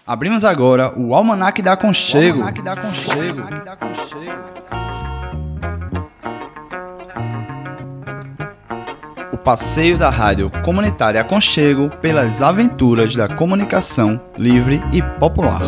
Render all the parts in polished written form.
Abrimos agora o Almanaque da Aconchego. O passeio da rádio comunitária Aconchego pelas aventuras da comunicação livre e popular.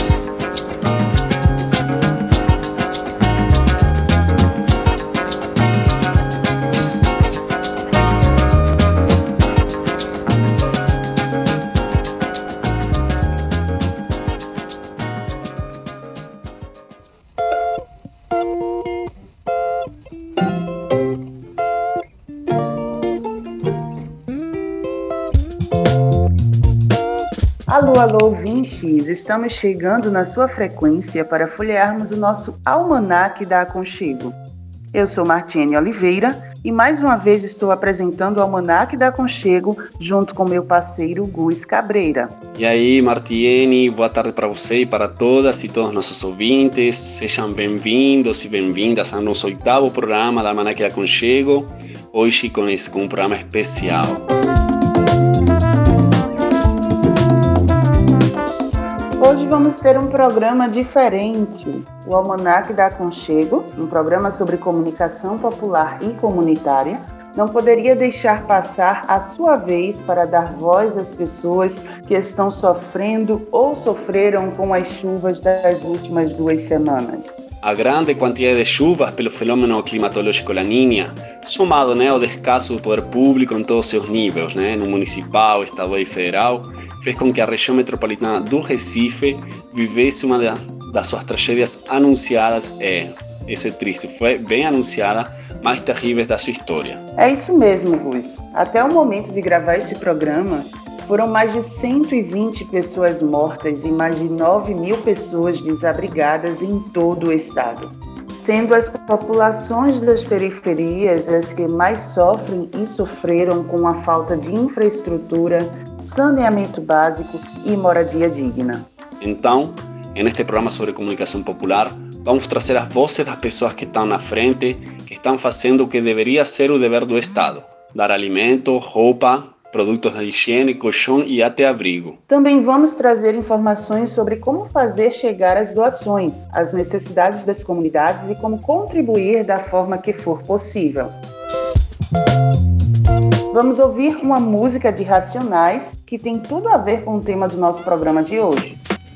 Alô, ouvintes! Estamos chegando na sua frequência para folhearmos o nosso Almanaque da Aconchego. Eu sou Martiene Oliveira e mais uma vez estou apresentando o Almanaque da Aconchego junto com meu parceiro Gus Cabreira. E aí, Martiene, boa tarde para você e para todas e todos nossos ouvintes. Sejam bem-vindos e bem-vindas ao nosso 8º programa da Almanaque da Aconchego, hoje com um programa especial. Hoje vamos ter um programa diferente, o Almanaque da Aconchego, um programa sobre comunicação popular e comunitária. Não poderia deixar passar a sua vez para dar voz às pessoas que estão sofrendo ou sofreram com as chuvas das últimas 2 semanas. A grande quantidade de chuvas pelo fenômeno climatológico La Niña, somado ao descaso do poder público em todos os seus níveis, no municipal, estadual e federal, fez com que a região metropolitana do Recife vivesse uma das suas tragédias anunciadas, isso é triste, foi bem anunciada, mais terríveis da sua história. É isso mesmo, Gus. Até o momento de gravar este programa, foram mais de 120 pessoas mortas e mais de 9.000 pessoas desabrigadas em todo o estado, sendo as populações das periferias as que mais sofrem e sofreram com a falta de infraestrutura, saneamento básico e moradia digna. Então, neste programa sobre comunicação popular, vamos trazer as vozes das pessoas que estão na frente, que estão fazendo o que deveria ser o dever do Estado: dar alimento, roupa, produtos de higiene, colchão e até abrigo. Também vamos trazer informações sobre como fazer chegar as doações, as necessidades das comunidades e como contribuir da forma que for possível. Vamos ouvir uma música de Racionais que tem tudo a ver com o tema do nosso programa de hoje.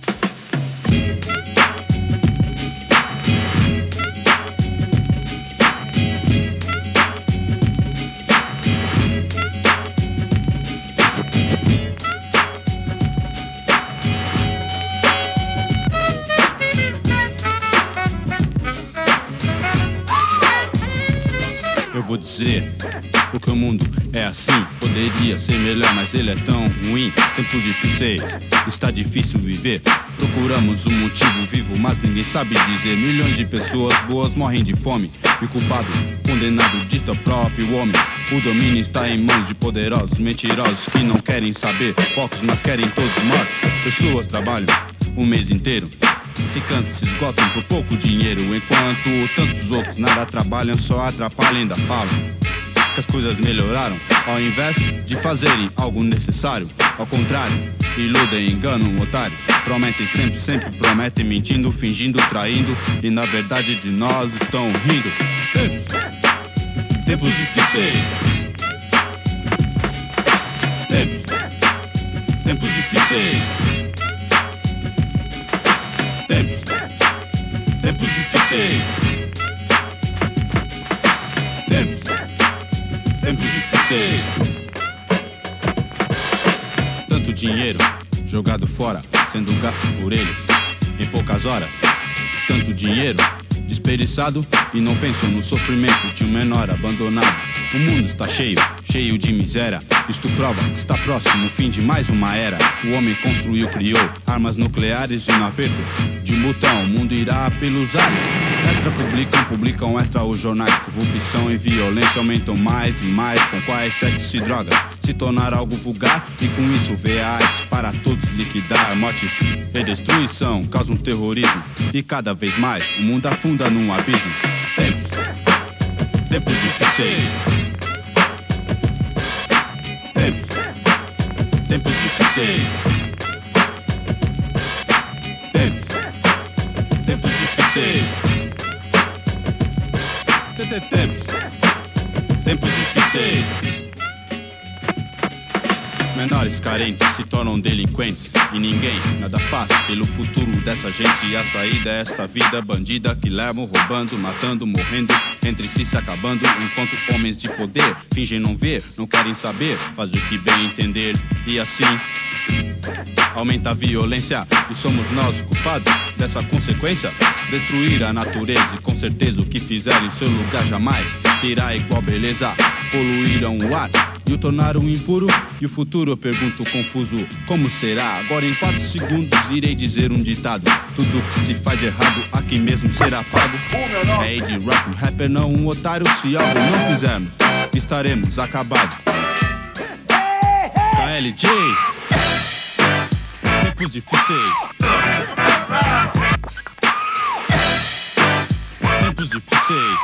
Eu vou dizer, porque o mundo é assim, poderia ser melhor, mas ele é tão ruim. Tempos difíceis, está difícil viver. Procuramos um motivo vivo, mas ninguém sabe dizer. Milhões de pessoas boas morrem de fome, e o culpado, condenado, dito ao próprio homem. O domínio está em mãos de poderosos, mentirosos que não querem saber. Poucos, mas querem todos mortos. Pessoas trabalham um mês inteiro, se cansam, se esgotam por pouco dinheiro, enquanto tantos outros nada trabalham, só atrapalham, ainda falam que as coisas melhoraram, ao invés de fazerem algo necessário. Ao contrário, iludem, enganam otários, prometem sempre prometem, mentindo, fingindo, traindo, e na verdade de nós estão rindo. Tempos difíceis. Tempos difíceis. Tempos difíceis. Tempos difíceis. Tanto dinheiro jogado fora, sendo gasto por eles em poucas horas. Tanto dinheiro desperdiçado e não pensam no sofrimento de um menor abandonado. O mundo está cheio de miséria. Isto prova que está próximo o fim de mais uma era. O homem construiu, criou armas nucleares e no aperto de um botão o mundo irá pelos ares. Extra publicam extra os jornais. Corrupção e violência aumentam mais e mais. Com quais sexo e drogas se tornar algo vulgar, e com isso vê a arte para todos liquidar. Mortes e destruição causam terrorismo, e cada vez mais o mundo afunda num abismo. Tempos difíceis. Tempos difíceis. ser tempos difíceis. Menores carentes se tornam delinquentes e ninguém nada faz pelo futuro dessa gente. E a saída é esta vida bandida que levam roubando, matando, morrendo, entre si se acabando, enquanto homens de poder fingem não ver, não querem saber, faz o que bem entender. E assim aumenta a violência e somos nós culpados dessa consequência. Destruir a natureza e com certeza o que fizeram em seu lugar jamais terá igual beleza. Poluíram o ar e o tornaram impuro. E o futuro eu pergunto confuso, como será? Agora em 4 segundos irei dizer um ditado: tudo que se faz de errado aqui mesmo será pago. É de rap, um rapper não um otário. Se algo não fizermos, estaremos acabados. KLJ, tempos difíceis. Tempos difíceis.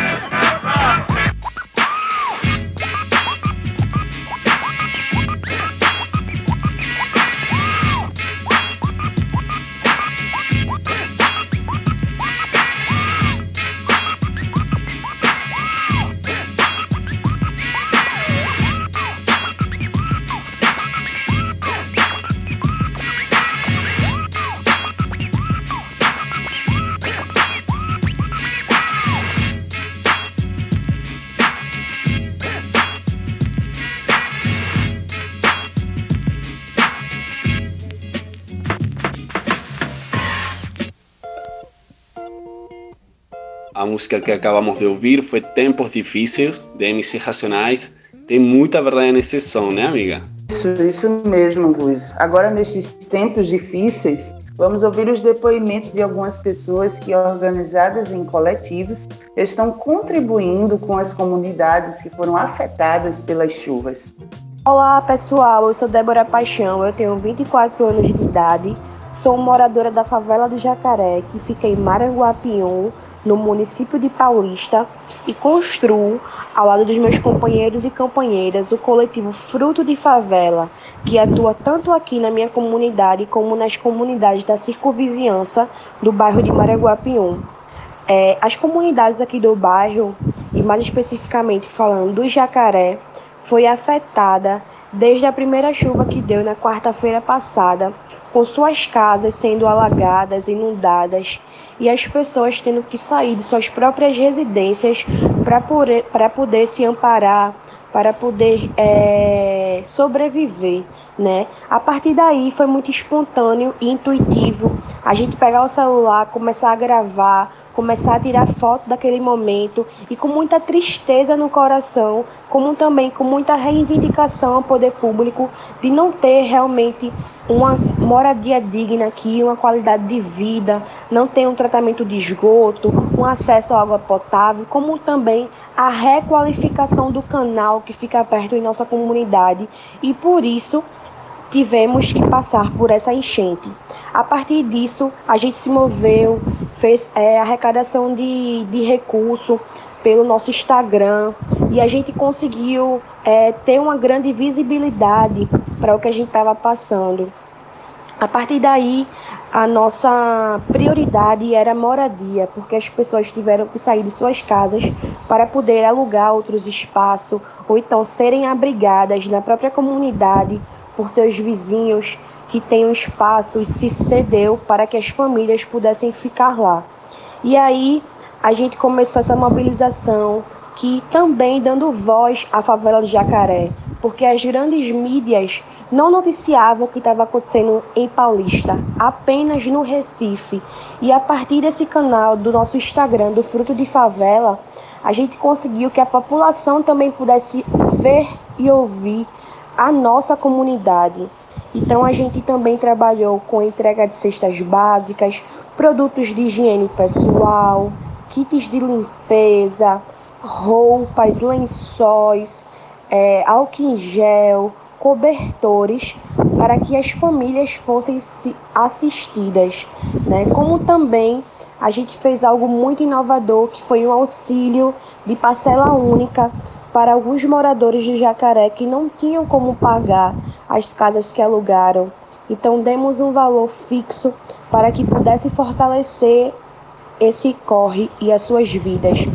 A música que acabamos de ouvir foi Tempos Difíceis, de MC Racionais. Tem muita verdade nesse som, né, amiga? Isso mesmo, Gus. Agora, nestes tempos difíceis, vamos ouvir os depoimentos de algumas pessoas que, organizadas em coletivos, estão contribuindo com as comunidades que foram afetadas pelas chuvas. Olá, pessoal. Eu sou Débora Paixão, eu tenho 24 anos de idade, sou moradora da favela do Jacaré, que fica em Maranguapium, no município de Paulista, e construo, ao lado dos meus companheiros e companheiras, o coletivo Fruto de Favela, que atua tanto aqui na minha comunidade como nas comunidades da circunvizinhança do bairro de Maranguapium. As comunidades aqui do bairro, e mais especificamente falando do Jacaré, foi afetada desde a primeira chuva que deu na quarta-feira passada, com suas casas sendo alagadas, inundadas, e as pessoas tendo que sair de suas próprias residências para poder se amparar, para poder sobreviver, né? A partir daí foi muito espontâneo e intuitivo a gente pegar o celular, começar a gravar, começar a tirar foto daquele momento, e com muita tristeza no coração, como também com muita reivindicação ao poder público de não ter realmente uma moradia digna aqui, uma qualidade de vida, não ter um tratamento de esgoto, um acesso à água potável, como também a requalificação do canal que fica perto em nossa comunidade, e por isso tivemos que passar por essa enchente. A partir disso, a gente se moveu, fez arrecadação de recurso pelo nosso Instagram, e a gente conseguiu ter uma grande visibilidade para o que a gente estava passando. A partir daí, a nossa prioridade era moradia, porque as pessoas tiveram que sair de suas casas para poder alugar outros espaços, ou então serem abrigadas na própria comunidade por seus vizinhos que têm um espaço e se cedeu para que as famílias pudessem ficar lá. E aí a gente começou essa mobilização, que também dando voz à favela do Jacaré, porque as grandes mídias não noticiavam o que estava acontecendo em Paulista, apenas no Recife. E a partir desse canal do nosso Instagram, do Fruto de Favela, a gente conseguiu que a população também pudesse ver e ouvir a nossa comunidade. Então a gente também trabalhou com entrega de cestas básicas, produtos de higiene pessoal, kits de limpeza, roupas, lençóis, álcool em gel, cobertores, para que as famílias fossem assistidas, né? Como também a gente fez algo muito inovador, que foi um auxílio de parcela única para alguns moradores de Jacaré que não tinham como pagar as casas que alugaram. Então demos um valor fixo para que pudesse fortalecer esse corre e as suas vidas. O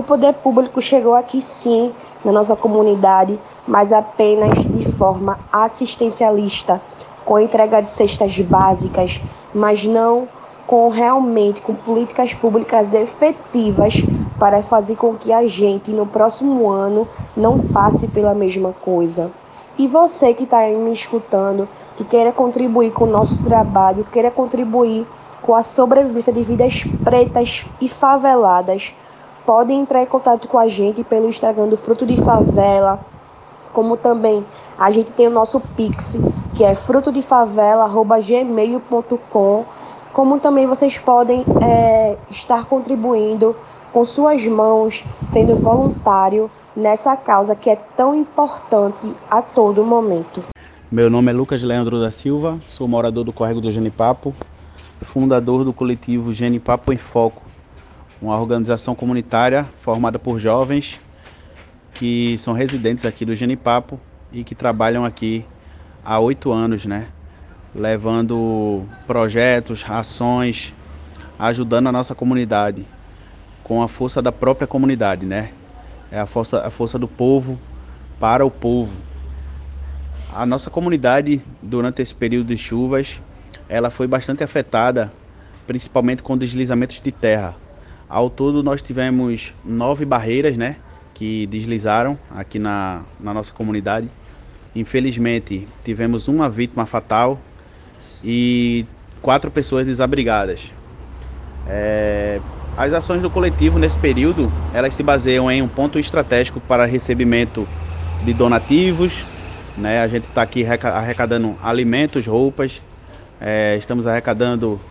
poder público chegou aqui sim, na nossa comunidade, mas apenas de forma assistencialista, com a entrega de cestas básicas, mas não com políticas públicas efetivas para fazer com que a gente, no próximo ano, não passe pela mesma coisa. E você que está aí me escutando, que queira contribuir com o nosso trabalho, queira contribuir com a sobrevivência de vidas pretas e faveladas, pode entrar em contato com a gente pelo Instagram do Fruto de Favela, como também a gente tem o nosso Pix, que é frutodefavela@gmail.com, como também vocês podem estar contribuindo com suas mãos, sendo voluntário nessa causa que é tão importante a todo momento. Meu nome é Lucas Leandro da Silva, sou morador do Córrego do Genipapo, fundador do coletivo Genipapo em Foco, uma organização comunitária formada por jovens que são residentes aqui do Genipapo e que trabalham aqui há 8 anos, levando projetos, ações, ajudando a nossa comunidade com a força da própria comunidade, É a força do povo para o povo. A nossa comunidade, durante esse período de chuvas, ela foi bastante afetada, principalmente com deslizamentos de terra. Ao todo, nós tivemos 9 barreiras, que deslizaram aqui na nossa comunidade. Infelizmente, tivemos uma vítima fatal e 4 pessoas desabrigadas. As ações do coletivo nesse período, elas se baseiam em um ponto estratégico para recebimento de donativos, A gente está aqui arrecadando alimentos, roupas, estamos arrecadando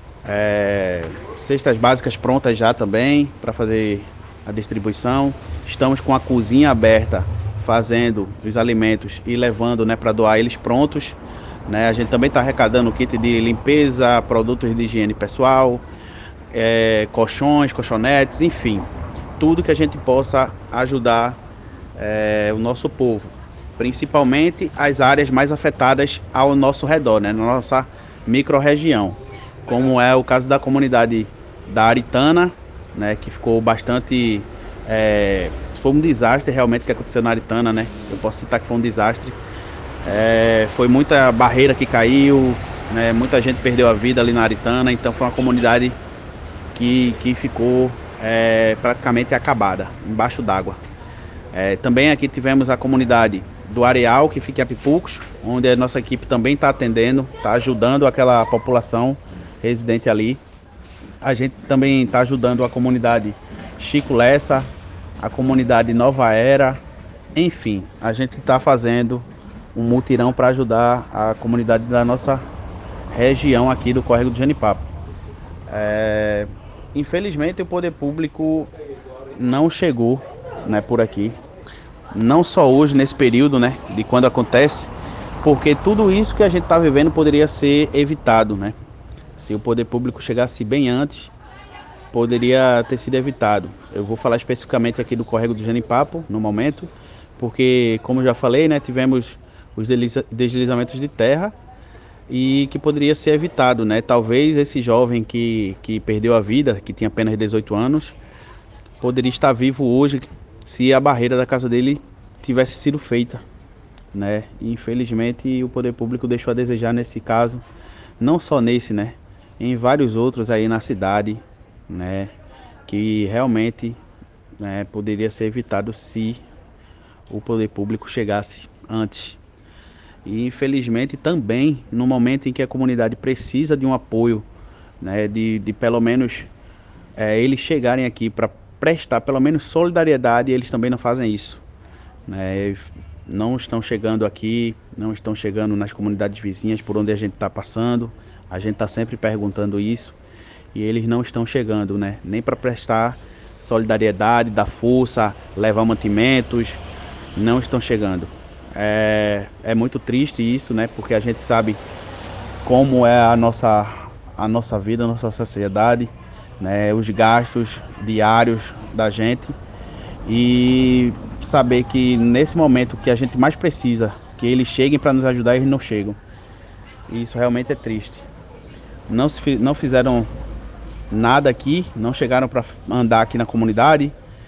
cestas básicas prontas já também para fazer a distribuição. Estamos com a cozinha aberta, fazendo os alimentos e levando para doar eles prontos. A gente também está arrecadando kit de limpeza, produtos de higiene pessoal, colchões, colchonetes, enfim, tudo que a gente possa ajudar o nosso povo, principalmente as áreas mais afetadas ao nosso redor, na nossa micro-região, como é o caso da comunidade da Aritana, que ficou bastante... foi um desastre realmente que aconteceu na Aritana, Eu posso citar que foi um desastre. Foi muita barreira que caiu, muita gente perdeu a vida ali na Aritana, então foi uma comunidade que ficou praticamente acabada, embaixo d'água. Também aqui tivemos a comunidade do Areal, que fica em Apipucos, onde a nossa equipe também está atendendo, está ajudando aquela população residente ali. A gente também está ajudando a comunidade Chico Lessa, a comunidade Nova Era, enfim, a gente está fazendo um mutirão para ajudar a comunidade da nossa região aqui do Córrego do Genipapo. Infelizmente o poder público não chegou por aqui, não só hoje nesse período de quando acontece, porque tudo isso que a gente está vivendo poderia ser evitado, Se o poder público chegasse bem antes, poderia ter sido evitado. Eu vou falar especificamente aqui do Córrego do Genipapo no momento, porque, como já falei, tivemos os deslizamentos de terra e que poderia ser evitado, Talvez esse jovem que perdeu a vida, que tinha apenas 18 anos, poderia estar vivo hoje se a barreira da casa dele tivesse sido feita, E, infelizmente, o poder público deixou a desejar nesse caso, não só nesse, em vários outros aí na cidade, que realmente poderia ser evitado se o poder público chegasse antes. E infelizmente também no momento em que a comunidade precisa de um apoio, de pelo menos eles chegarem aqui para prestar pelo menos solidariedade, eles também não fazem isso, Não estão chegando aqui, não estão chegando nas comunidades vizinhas por onde a gente está passando. A gente está sempre perguntando isso e eles não estão chegando, nem para prestar solidariedade, dar força, levar mantimentos, não estão chegando. É muito triste isso, porque a gente sabe como é a nossa vida, a nossa sociedade, os gastos diários da gente, e saber que nesse momento que a gente mais precisa, que eles cheguem para nos ajudar, eles não chegam. Isso realmente é triste. Não fizeram nada aqui, não chegaram para andar aqui na comunidade,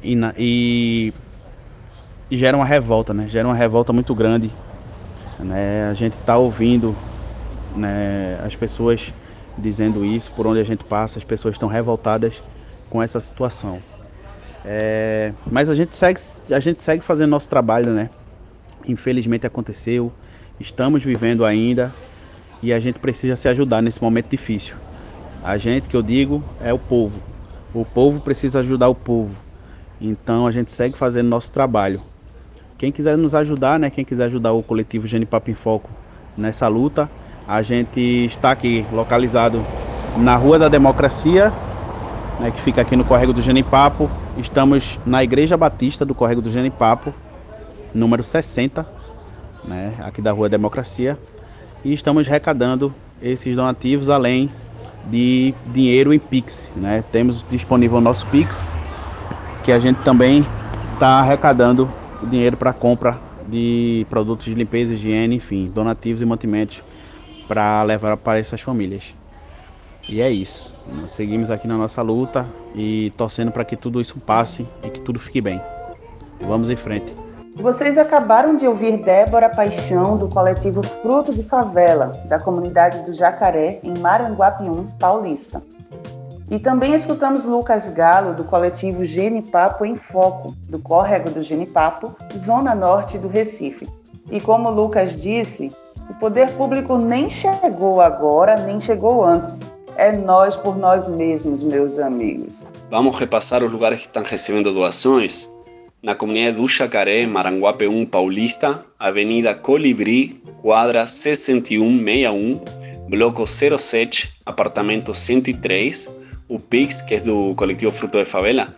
e gera uma revolta, né? Gera uma revolta muito grande, né? A gente está ouvindo, né, as pessoas dizendo isso, por onde a gente passa, as pessoas estão revoltadas com essa situação. Mas a gente segue fazendo nosso trabalho, né? Infelizmente aconteceu, estamos vivendo ainda e a gente precisa se ajudar nesse momento difícil. A gente, que eu digo, é o povo. O povo precisa ajudar o povo. Então a gente segue fazendo nosso trabalho. Quem quiser nos ajudar, né? Quem quiser ajudar o coletivo Genipapo em Foco nessa luta, a gente está aqui localizado na Rua da Democracia, né, que fica aqui no Córrego do Genipapo. Estamos na Igreja Batista do Córrego do Genipapo, número 60, né, aqui da Rua Democracia. E estamos arrecadando esses donativos, além de dinheiro em Pix, né? Temos disponível o nosso Pix, que a gente também está arrecadando dinheiro para compra de produtos de limpeza, higiene, enfim, donativos e mantimentos para levar para essas famílias. E é isso. Nós seguimos aqui na nossa luta e torcendo para que tudo isso passe e que tudo fique bem. Vamos em frente. Vocês acabaram de ouvir Débora Paixão, do coletivo Fruto de Favela, da comunidade do Jacaré, em Maranguapium, Paulista. E também escutamos Lucas Galo, do coletivo Genipapo em Foco, do Córrego do Genipapo, zona norte do Recife. E como o Lucas disse, o poder público nem chegou agora, nem chegou antes. É nós por nós mesmos, meus amigos. Vamos repassar os lugares que estão recebendo doações. Na comunidade do Jacaré, Maranguapium, Paulista, Avenida Colibri, quadra 6161, bloco 07, apartamento 103, o Pix, que é do coletivo Fruto de Favela,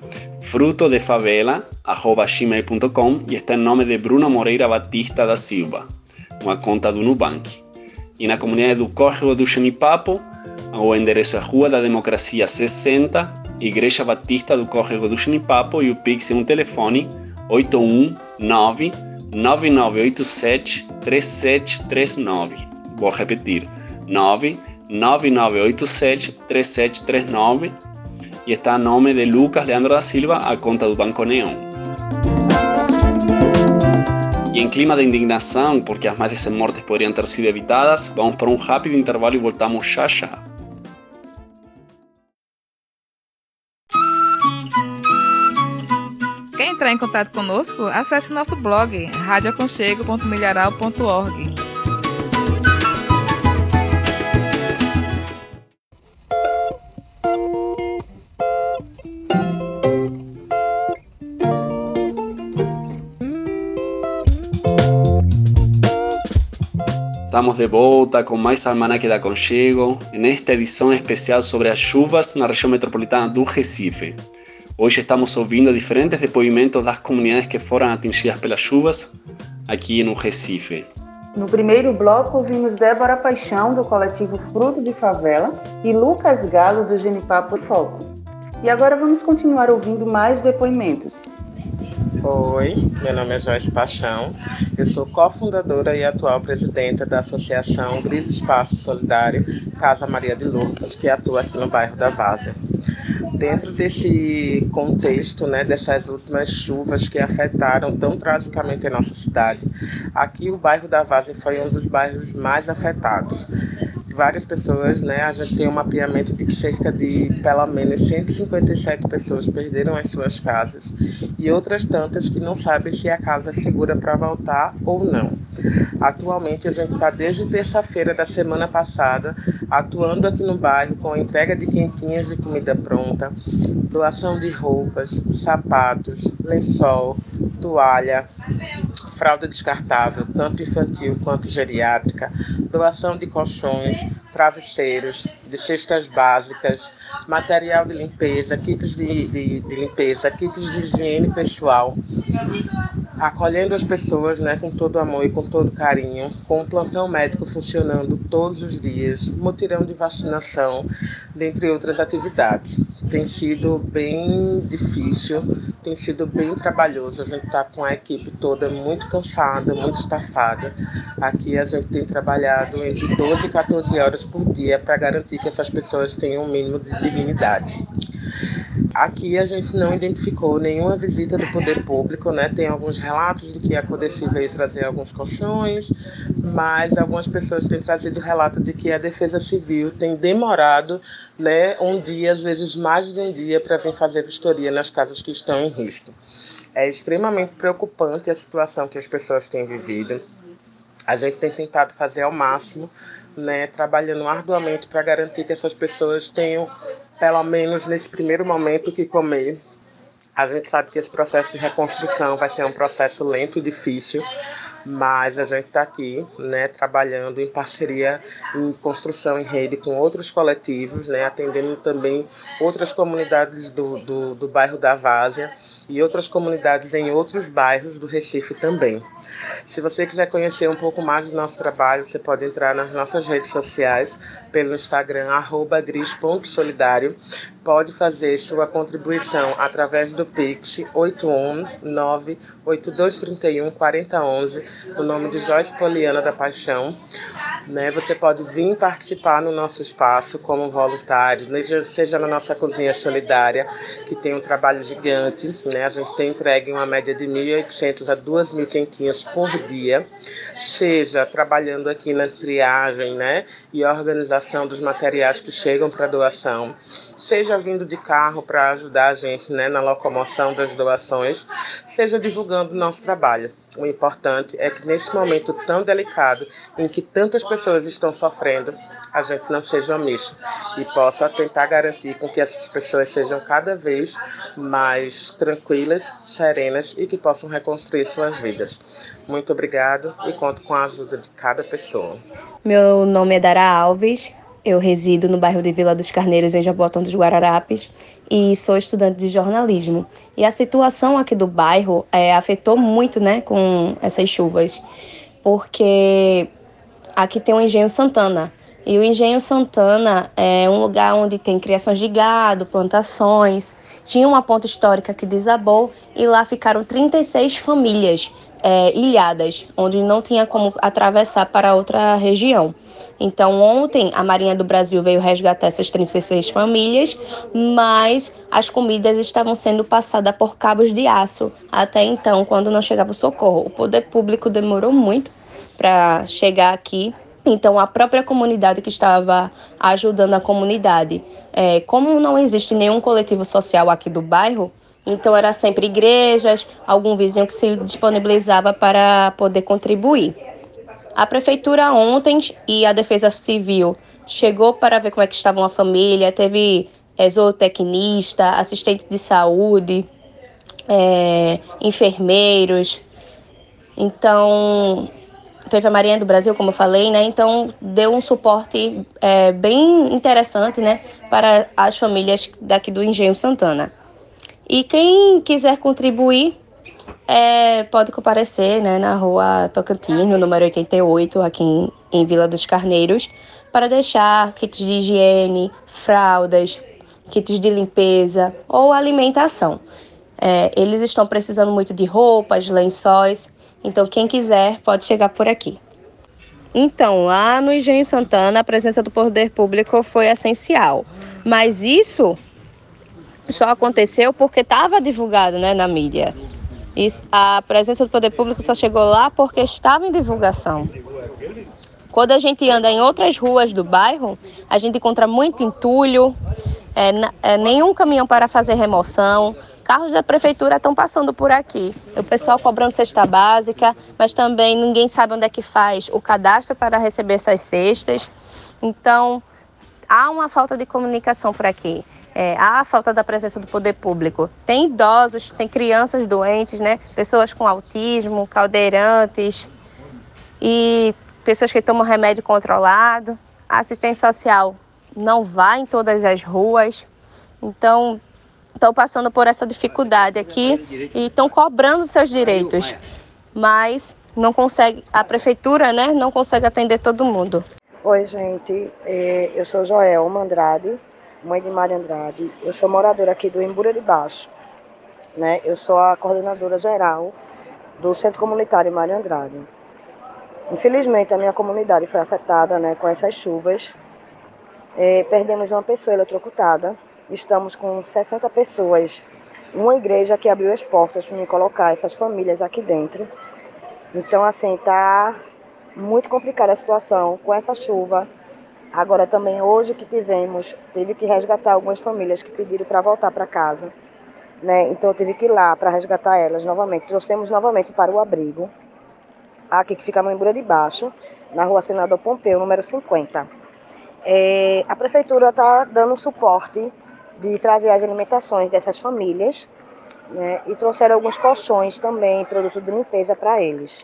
frutodefavela@gmail.com, e está em nome de Bruna Moreira Batista da Silva, uma conta do Nubank. E na comunidade do Córrego do Genipapo, o endereço é Rua da Democracia 60, Igreja Batista do Córrego do Genipapo, e o Pix é um telefone 819-9987-3739. Vou repetir, 99987-3739, e está a nome de Lucas Leandro da Silva, a conta do Banco Neon. E em clima de indignação, porque as mais de 100 mortes poderiam ter sido evitadas, vamos para um rápido intervalo e voltamos já já. Quer entrar em contato conosco? Acesse nosso blog radioaconchego.milharal.org. Estamos de volta com mais Almanaque da Aconchego, nesta edição especial sobre as chuvas na região metropolitana do Recife. Hoje estamos ouvindo diferentes depoimentos das comunidades que foram atingidas pelas chuvas aqui no Recife. No primeiro bloco, ouvimos Débora Paixão, do coletivo Fruto de Favela, e Lucas Galo, do Genipapo em Foco. E agora vamos continuar ouvindo mais depoimentos. Oi, meu nome é Joyce Paixão, eu sou cofundadora e atual presidenta da Associação Gris Espaço Solidário Casa Maria de Lourdes, que atua aqui no bairro da Várzea. Dentro desse contexto, né, dessas últimas chuvas que afetaram tão tragicamente a nossa cidade, aqui o bairro da Várzea foi um dos bairros mais afetados. Várias pessoas, né, a gente tem um mapeamento de que cerca de pelo menos 157 pessoas perderam as suas casas e outras tantas que não sabem se a casa é segura para voltar ou não. Atualmente a gente está desde terça-feira da semana passada atuando aqui no bairro com a entrega de quentinhas de comida pronta, doação de roupas, sapatos, lençol, toalha, fralda descartável, tanto infantil quanto geriátrica, doação de colchões, travesseiros, de cestas básicas, material de limpeza, kits de limpeza, kits de higiene pessoal, acolhendo as pessoas, né, com todo amor e com todo carinho, com o plantão médico funcionando todos os dias, mutirão de vacinação, dentre outras atividades. Tem sido bem difícil, tem sido bem trabalhoso, a gente está com a equipe toda muito cansada, muito estafada. Aqui a gente tem trabalhado entre 12 e 14 horas por dia para garantir que essas pessoas tenham um mínimo de dignidade. Aqui a gente não identificou nenhuma visita do poder público, né? Tem alguns relatos de que a Codeci veio trazer alguns colchões, mas algumas pessoas têm trazido relato de que a Defesa Civil tem demorado, né, um dia, às vezes mais de um dia, para vir fazer vistoria nas casas que estão em risco. É extremamente preocupante a situação que as pessoas têm vivido. A gente tem tentado fazer ao máximo, né, trabalhando arduamente para garantir que essas pessoas tenham, pelo menos nesse primeiro momento, o que comer. A gente sabe que esse processo de reconstrução vai ser um processo lento e difícil, mas a gente está aqui, né, trabalhando em parceria, em construção em rede com outros coletivos, né, atendendo também outras comunidades do bairro da Várzea e outras comunidades em outros bairros do Recife também. Se você quiser conhecer um pouco mais do nosso trabalho, você pode entrar nas nossas redes sociais, pelo Instagram, @gris.solidário. Pode fazer sua contribuição através do Pix 819-8231-4011, o nome de Joyce Poliana da Paixão. Né? Você pode vir participar no nosso espaço como voluntário, seja na nossa cozinha solidária, que tem um trabalho gigante, né? A gente tem entregue uma média de 1.800 a 2.000 quentinhas por dia, seja trabalhando aqui na triagem, né, e organização dos materiais que chegam para doação, seja vindo de carro para ajudar a gente, né, na locomoção das doações, seja divulgando o nosso trabalho. O importante é que nesse momento tão delicado, em que tantas pessoas estão sofrendo, a gente não seja omisso e possa tentar garantir com que essas pessoas sejam cada vez mais tranquilas, serenas e que possam reconstruir suas vidas. Muito obrigado e conto com a ajuda de cada pessoa. Meu nome é Dara Alves, eu resido no bairro de Vila dos Carneiros, em Jaboatão dos Guararapes, e sou estudante de jornalismo. E a situação aqui do bairro afetou muito, né, com essas chuvas, porque aqui tem o Engenho Santana. E o Engenho Santana é um lugar onde tem criações de gado, plantações. Tinha uma ponte histórica que desabou e lá ficaram 36 famílias ilhadas, onde não tinha como atravessar para outra região. Então, ontem, a Marinha do Brasil veio resgatar essas 36 famílias, mas as comidas estavam sendo passadas por cabos de aço até então, quando não chegava o socorro. O poder público demorou muito para chegar aqui. Então, a própria comunidade que estava ajudando a comunidade, como não existe nenhum coletivo social aqui do bairro, então era sempre igrejas, algum vizinho que se disponibilizava para poder contribuir. A prefeitura ontem e a Defesa Civil chegou para ver como é que estava a família, teve zootecnista, assistente de saúde, enfermeiros. Então, teve a Marinha do Brasil, como eu falei, né? Então, deu um suporte bem interessante, né, para as famílias daqui do Engenho Santana. E quem quiser contribuir, pode comparecer, né, na rua Tocantins, no número 88, aqui em Vila dos Carneiros, para deixar kits de higiene, fraldas, kits de limpeza ou alimentação. Eles estão precisando muito de roupas, lençóis, então quem quiser pode chegar por aqui. Então, lá no Engenho Santana, a presença do poder público foi essencial, mas isso só aconteceu porque estava divulgado, né, na mídia. A presença do poder público só chegou lá porque estava em divulgação. Quando a gente anda em outras ruas do bairro, a gente encontra muito entulho, nenhum caminhão para fazer remoção, carros da prefeitura estão passando por aqui. O pessoal cobrando cesta básica, mas também ninguém sabe onde é que faz o cadastro para receber essas cestas. Então, há uma falta de comunicação por aqui. Há a falta da presença do poder público. Tem idosos, tem crianças doentes, né? Pessoas com autismo, cadeirantes e pessoas que tomam remédio controlado. A assistência social não vai em todas as ruas. Então, estão passando por essa dificuldade aqui e estão cobrando seus direitos. Mas não consegue, a prefeitura, né, não consegue atender todo mundo. Oi, gente. Eu sou Joelma Andrade, mãe de Mário Andrade. Eu sou moradora aqui do Embura de Baixo, né? Eu sou a coordenadora geral do Centro Comunitário Mário Andrade. Infelizmente, a minha comunidade foi afetada, né, com essas chuvas. Perdemos uma pessoa eletrocutada, estamos com 60 pessoas. Uma igreja que abriu as portas para me colocar essas famílias aqui dentro. Então, assim, tá muito complicada a situação com essa chuva. Agora também, hoje que teve que resgatar algumas famílias que pediram para voltar para casa, né? Então eu tive que ir lá para resgatar elas novamente. Trouxemos novamente para o abrigo, aqui que fica no Embura de Baixo, na rua Senador Pompeu, número 50. A prefeitura está dando suporte de trazer as alimentações dessas famílias, né? E trouxeram alguns colchões também, produto de limpeza para eles.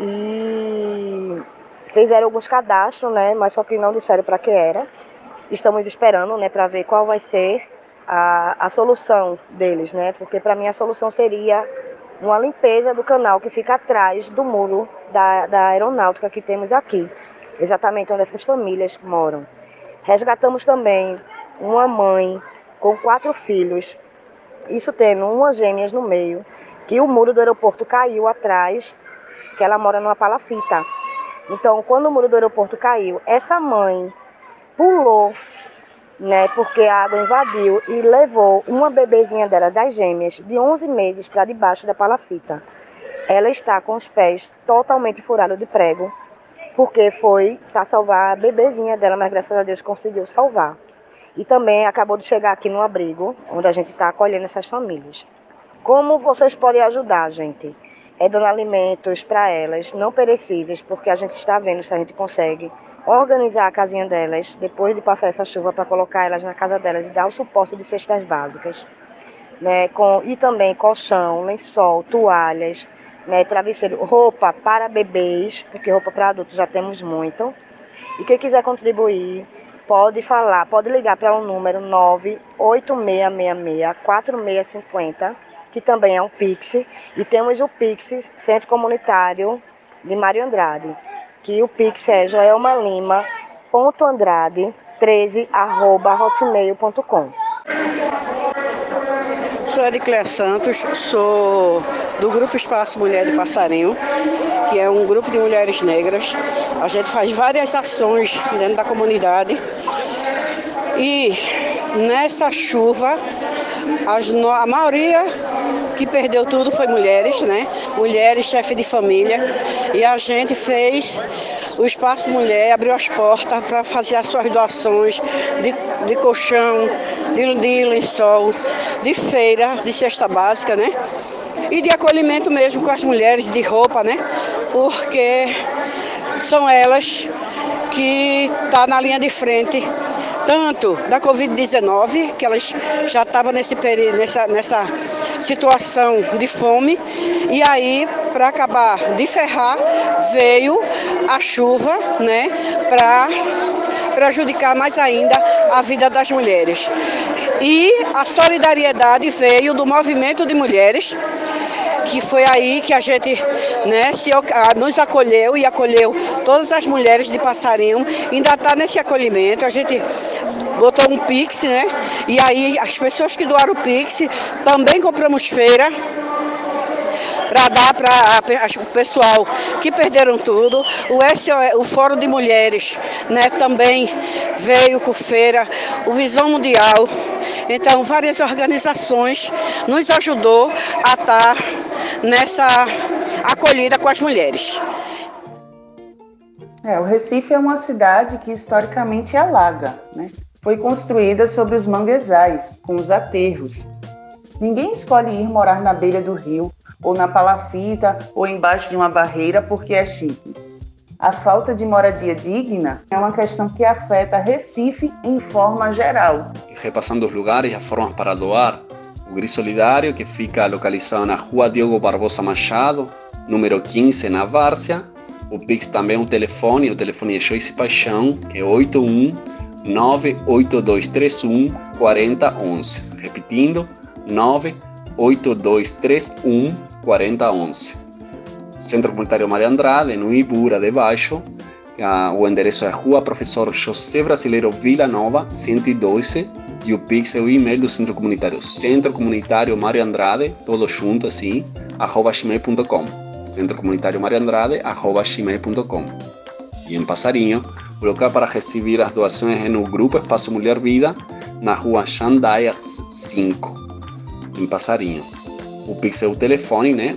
E fizeram alguns cadastros, né? Mas só que não disseram para que era. Estamos esperando, né, para ver qual vai ser a solução deles, né? Porque para mim a solução seria uma limpeza do canal que fica atrás do muro da aeronáutica que temos aqui, exatamente onde essas famílias moram. Resgatamos também uma mãe com 4 filhos, isso tendo uma gêmeas no meio, que o muro do aeroporto caiu atrás, que ela mora numa palafita. Então, quando o muro do aeroporto caiu, essa mãe pulou, né, porque a água invadiu e levou uma bebezinha dela, das gêmeas, de 11 meses para debaixo da palafita. Ela está com os pés totalmente furados de prego, porque foi para salvar a bebezinha dela, mas graças a Deus conseguiu salvar. E também acabou de chegar aqui no abrigo, onde a gente está acolhendo essas famílias. Como vocês podem ajudar, gente? Dando alimentos para elas, não perecíveis, porque a gente está vendo se a gente consegue organizar a casinha delas, depois de passar essa chuva, para colocar elas na casa delas e dar o suporte de cestas básicas, né? E também colchão, lençol, toalhas, né? Travesseiro, roupa para bebês, porque roupa para adultos já temos muito. E quem quiser contribuir, pode ligar para o número 98666-4650, que também é um Pix, e temos o Pix Centro Comunitário de Mário Andrade, que o Pix é joelmalima.andrade13@hotmail.com. Sou Edicléia Santos, sou do Grupo Espaço Mulher de Passarinho, que é um grupo de mulheres negras. A gente faz várias ações dentro da comunidade e nessa chuva a maioria que perdeu tudo foi mulheres, né? Mulheres, chefe de família, e a gente fez o Espaço Mulher, abriu as portas para fazer as suas doações de colchão, de lençol, de feira, de cesta básica, né? E de acolhimento mesmo com as mulheres, de roupa, né? Porque são elas que estão na linha de frente, tanto da Covid-19, que elas já estavam nesse período, nessa situação de fome, e aí, para acabar de ferrar, veio a chuva, né, para prejudicar mais ainda a vida das mulheres. E a solidariedade veio do movimento de mulheres, que foi aí que a gente, né, nos acolheu e acolheu todas as mulheres de Passarinho. Ainda está nesse acolhimento, a gente botou um Pix, né? E aí as pessoas que doaram o Pix, também compramos feira para dar para o pessoal que perderam tudo. O Fórum de Mulheres, né, também veio com feira, o Visão Mundial. Então, várias organizações nos ajudou a estar nessa acolhida com as mulheres. O Recife é uma cidade que historicamente alaga, né? Foi construída sobre os manguezais, com os aterros. Ninguém escolhe ir morar na beira do rio, ou na palafita, ou embaixo de uma barreira porque é chique. A falta de moradia digna é uma questão que afeta Recife em forma geral. Repassando os lugares e as formas para doar, o Gris Solidário, que fica localizado na Rua Diogo Barbosa Machado, número 15, na Várzea. O Pix também é o telefone é Joyce Paixão, que é 81-98231-4011. Repetindo, 98231-4011. Centro Comunitário Mário Andrade, no Ibura de Baixo. O endereço é Rua Professor José Brasileiro Vila Nova, 112. E o Pix é o e-mail do Centro Comunitário, Centro Comunitário Mário Andrade, todo junto assim, @gmail.com. Centro Comunitário Mário Andrade, @gmail.com. E em Passarinho, o local para receber as doações é no Grupo Espaço Mulher Vida, na rua Jandaia 5, em Passarinho. O Pix é o telefone, né?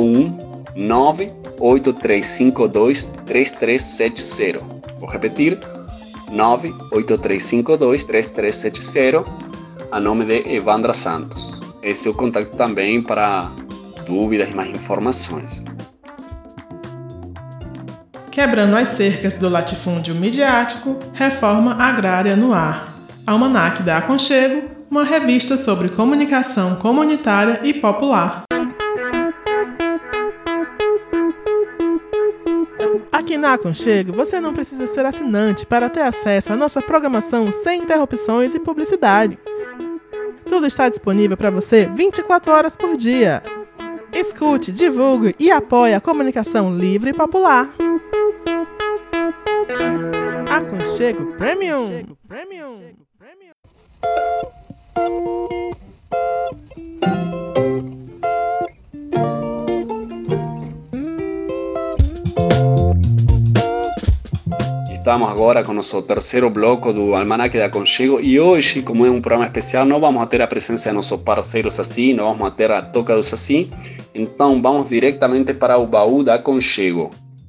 819-8352-3370. Vou repetir, 98352-3370, a nome de Evandra Santos. Esse é o contato também para dúvidas e mais informações. Quebrando as cercas do latifúndio midiático, reforma agrária no ar. Almanaque da Aconchego, uma revista sobre comunicação comunitária e popular. Aqui na Aconchego, você não precisa ser assinante para ter acesso à nossa programação sem interrupções e publicidade. Tudo está disponível para você 24 horas por dia. Escute, divulgue e apoie a comunicação livre e popular. Aconchego Premium. Estamos agora com o nosso terceiro bloco do Almanaque da Aconchego e hoje, como é um programa especial, não vamos ter a presença de nossos parceiros assim, não vamos ter a toca do Saci, então vamos diretamente para o baú da Aconchego.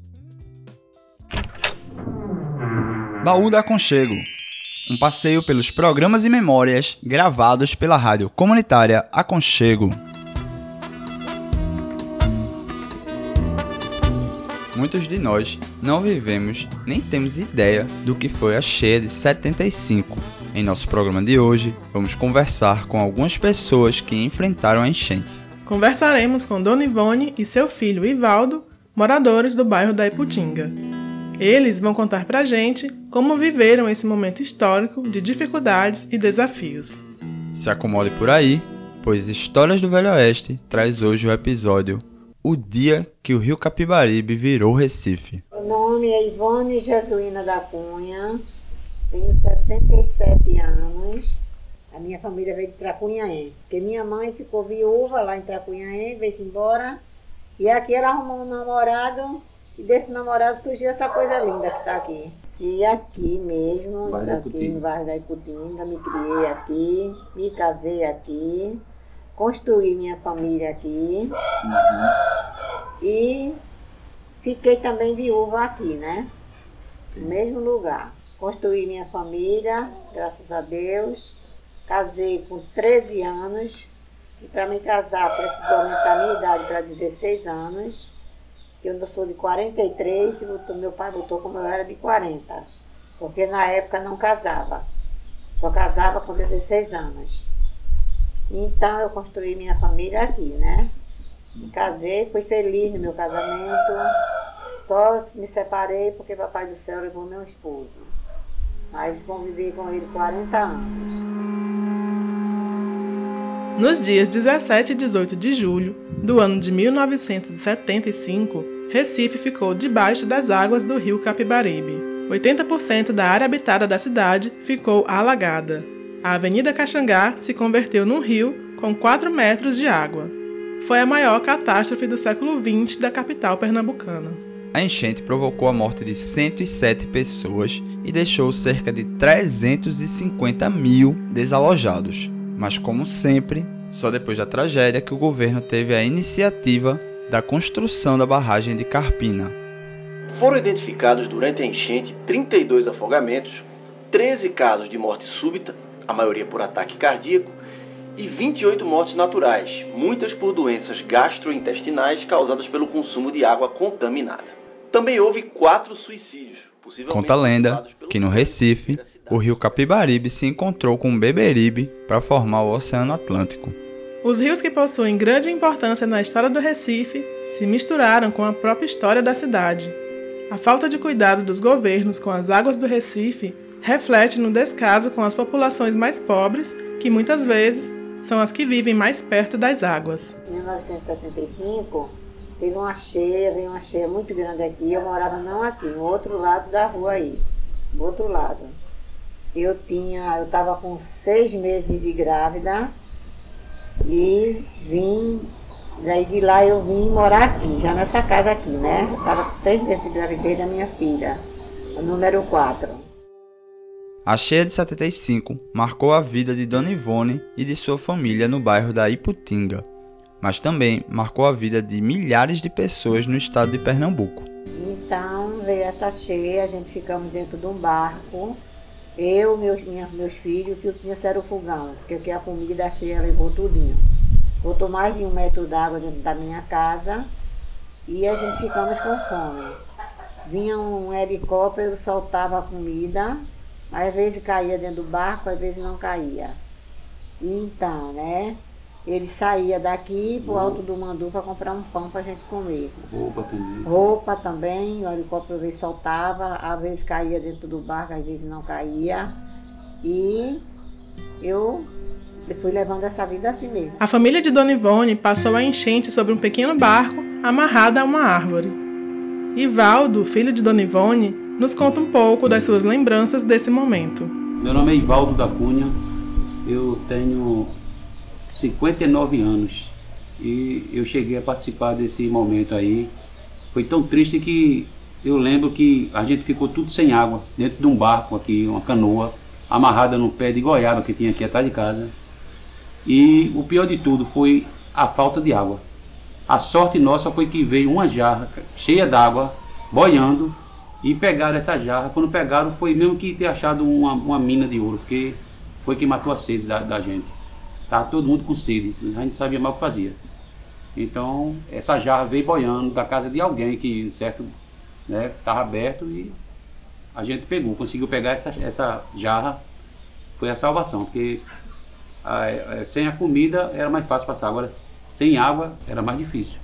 Baú da Aconchego, um passeio pelos programas e memórias gravados pela rádio comunitária Aconchego. Muitos de nós não vivemos nem temos ideia do que foi a cheia de 75. Em nosso programa de hoje, vamos conversar com algumas pessoas que enfrentaram a enchente. Conversaremos com Dona Ivone e seu filho Ivaldo, moradores do bairro da Iputinga. Eles vão contar pra gente como viveram esse momento histórico de dificuldades e desafios. Se acomode por aí, pois Histórias do Velho Oeste traz hoje o episódio O Dia que o Rio Capibaribe virou Recife. Meu nome é Ivone Jesuína da Cunha, tenho 77 anos. A minha família veio de Tracunhaém, porque minha mãe ficou viúva lá em Tracunhaém, veio-se embora. E aqui ela arrumou um namorado. E desse namorado surgiu essa coisa linda que está aqui. Se aqui mesmo, aqui no bairro da Iputinga, me criei aqui, me casei aqui, construí minha família aqui e fiquei também viúva aqui, né? No mesmo lugar. Construí minha família, graças a Deus. Casei com 13 anos e para me casar precisou aumentar a minha idade para 16 anos. Eu sou de 43 e meu pai botou como eu era de 40, porque na época não casava, só casava com 16 anos. Então eu construí minha família aqui, né? Me casei, fui feliz no meu casamento, só me separei porque Papai do Céu levou meu esposo, mas convivi com ele 40 anos. Nos dias 17 e 18 de julho do ano de 1975, Recife ficou debaixo das águas do rio Capibaribe. 80% da área habitada da cidade ficou alagada. A Avenida Caxangá se converteu num rio com 4 metros de água. Foi a maior catástrofe do século XX da capital pernambucana. A enchente provocou a morte de 107 pessoas e deixou cerca de 350 mil desalojados. Mas, como sempre, só depois da tragédia que o governo teve a iniciativa da construção da barragem de Carpina. Foram identificados durante a enchente 32 afogamentos, 13 casos de morte súbita, a maioria por ataque cardíaco, e 28 mortes naturais, muitas por doenças gastrointestinais causadas pelo consumo de água contaminada. Também houve 4 suicídios, possivelmente... Conta a lenda que no Recife, o rio Capibaribe se encontrou com o Beberibe para formar o Oceano Atlântico. Os rios que possuem grande importância na história do Recife se misturaram com a própria história da cidade. A falta de cuidado dos governos com as águas do Recife reflete no descaso com as populações mais pobres, que muitas vezes são as que vivem mais perto das águas. Em 1975, veio uma cheia muito grande aqui. Eu morava não aqui, no outro lado da rua aí, do outro lado. Eu estava com 6 meses de grávida e daí de lá eu vim morar aqui, já nessa casa aqui, né? Eu estava com 6 meses de gravidez da minha filha. número 4. A cheia de 75 marcou a vida de Dona Ivone e de sua família no bairro da Iputinga, mas também marcou a vida de milhares de pessoas no estado de Pernambuco. Então veio essa cheia, a gente ficamos dentro de um barco, eu, meus filhos, que eu tinha era o fogão, porque a comida a cheia levou tudinho. Botou mais de 1 metro d'água dentro da minha casa e a gente ficamos com fome. Vinha um helicóptero, soltava a comida, às vezes caía dentro do barco, às vezes não caía. E então, né, ele saía daqui pro Alto do Mandu para comprar um pão para a gente comer. Roupa também, o helicóptero às vezes soltava, às vezes caía dentro do barco, às vezes não caía. E eu fui levando essa vida assim mesmo. A família de Dona Ivone passou a enchente sobre um pequeno barco amarrado a uma árvore. Ivaldo, filho de Dona Ivone, nos conta um pouco das suas lembranças desse momento. Meu nome é Ivaldo da Cunha, eu tenho 59 anos e eu cheguei a participar desse momento aí. Foi tão triste que eu lembro que a gente ficou tudo sem água, dentro de um barco aqui, uma canoa, amarrada no pé de goiaba que tinha aqui atrás de casa. E o pior de tudo foi a falta de água. A sorte nossa foi que veio uma jarra cheia d'água, boiando, e pegaram essa jarra. Quando pegaram foi mesmo que ter achado uma mina de ouro, porque foi que matou a sede da gente. Estava todo mundo com sede, a gente sabia mal o que fazia. Então essa jarra veio boiando da casa de alguém que, certo, né, estava aberto e a gente conseguiu pegar essa jarra. Foi a salvação, porque sem a comida era mais fácil passar, agora sem água era mais difícil.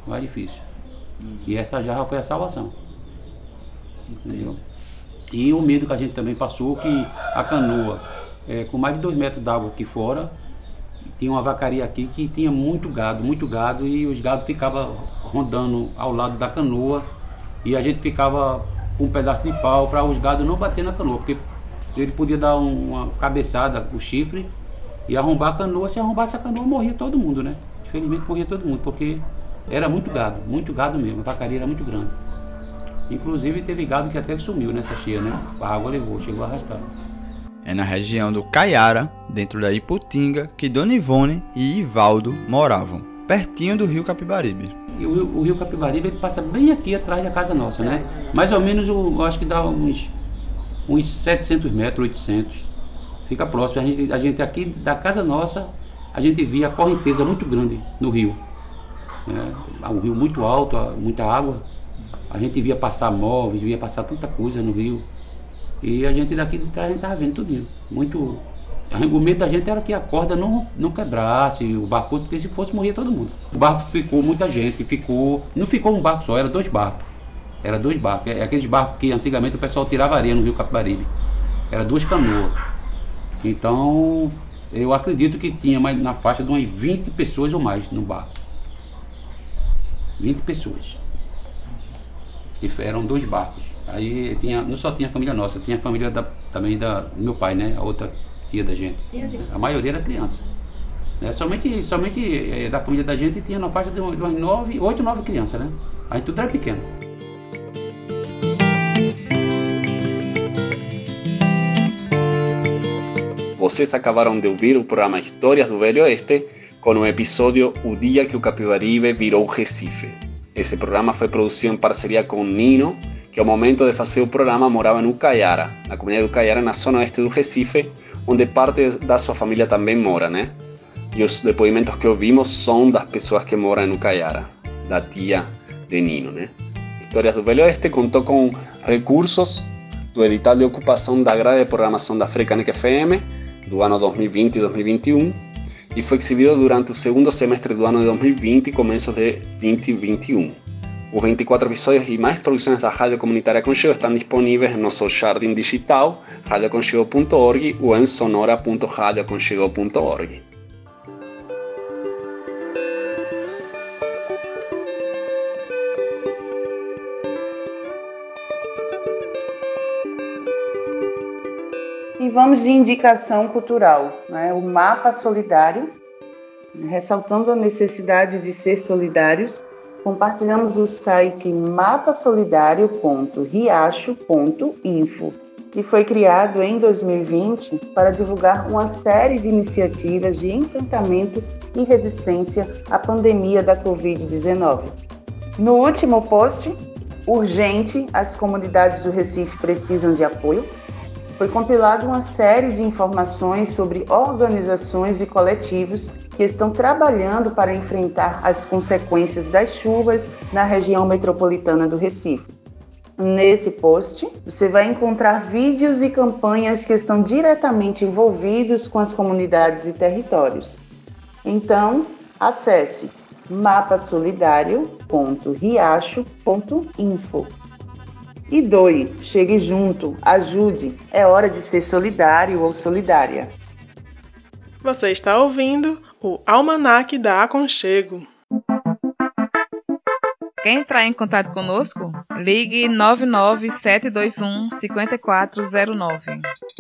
E essa jarra foi a salvação. Entendeu? E o medo que a gente também passou, que a canoa, com mais de 2 metros d'água aqui fora, tinha uma vacaria aqui que tinha muito gado, e os gados ficavam rondando ao lado da canoa, e a gente ficava com um pedaço de pau para os gados não bater na canoa, porque ele podia dar uma cabeçada com o chifre e arrombar a canoa. Se arrombasse a canoa, morria todo mundo, né? Infelizmente morria todo mundo, porque era muito gado mesmo, a vacaria era muito grande. Inclusive teve gado que até sumiu nessa cheia, né? A água levou, chegou a arrastar. É na região do Caiara, dentro da Iputinga, que Dona Ivone e Ivaldo moravam, pertinho do rio Capibaribe. E o rio Capibaribe ele passa bem aqui atrás da casa nossa, né? Mais ou menos, eu acho que dá uns 700 metros, 800. Fica próximo. A gente aqui da casa nossa, a gente via a correnteza muito grande no rio. Um rio muito alto, muita água. A gente via passar móveis, via passar tanta coisa no rio. E a gente daqui de trás, a gente estava vendo tudinho. O medo da gente era que a corda não quebrasse, o barco, porque se fosse morria todo mundo. O barco ficou, muita gente não ficou um barco só, era 2 barcos. Era 2 barcos, aqueles barcos que antigamente o pessoal tirava areia no rio Capibaribe. Era 2 canoas. Então, eu acredito que tinha mais na faixa de umas 20 pessoas ou mais no barco. 20 pessoas. E eram 2 barcos. Aí não só tinha a família nossa, tinha a família também do meu pai, né? A outra tia da gente. A maioria era criança. Somente da família da gente tinha na faixa de umas 8, 9 crianças, né? Aí tudo era pequeno. Vocês acabaram de ouvir o programa Histórias do Velho Oeste com o episódio O Dia que o Capibaribe Virou Recife. Esse programa foi produzido em parceria com Nino, que ao momento de fazer o programa morava no Caiara, na comunidade do Caiara, na zona oeste do Recife, onde parte da sua família também mora, né? E os depoimentos que ouvimos são das pessoas que moram no Caiara, da tia de Nino, né? Histórias do Velho Oeste contou com recursos do edital de ocupação da grade de programação da Frecanec FM do ano 2020 e 2021 e foi exibido durante o segundo semestre do ano de 2020 e começos de 2021. Os 24 episódios e mais produções da Rádio Comunitária Aconchego estão disponíveis no nosso jardim digital, radioaconchego.org ou em sonora.radioaconchego.org. E vamos de indicação cultural, né? O Mapa Solidário, ressaltando a necessidade de ser solidários, compartilhamos o site mapasolidario.riacho.info, que foi criado em 2020 para divulgar uma série de iniciativas de enfrentamento e resistência à pandemia da Covid-19. No último post, urgente, as comunidades do Recife precisam de apoio, foi compilada uma série de informações sobre organizações e coletivos que estão trabalhando para enfrentar as consequências das chuvas na região metropolitana do Recife. Nesse post, você vai encontrar vídeos e campanhas que estão diretamente envolvidos com as comunidades e territórios. Então, acesse mapasolidario.riacho.info e doe, chegue junto, ajude, é hora de ser solidário ou solidária. Você está ouvindo o Almanaque da Aconchego. Quer entrar em contato conosco? Ligue 99721-5409.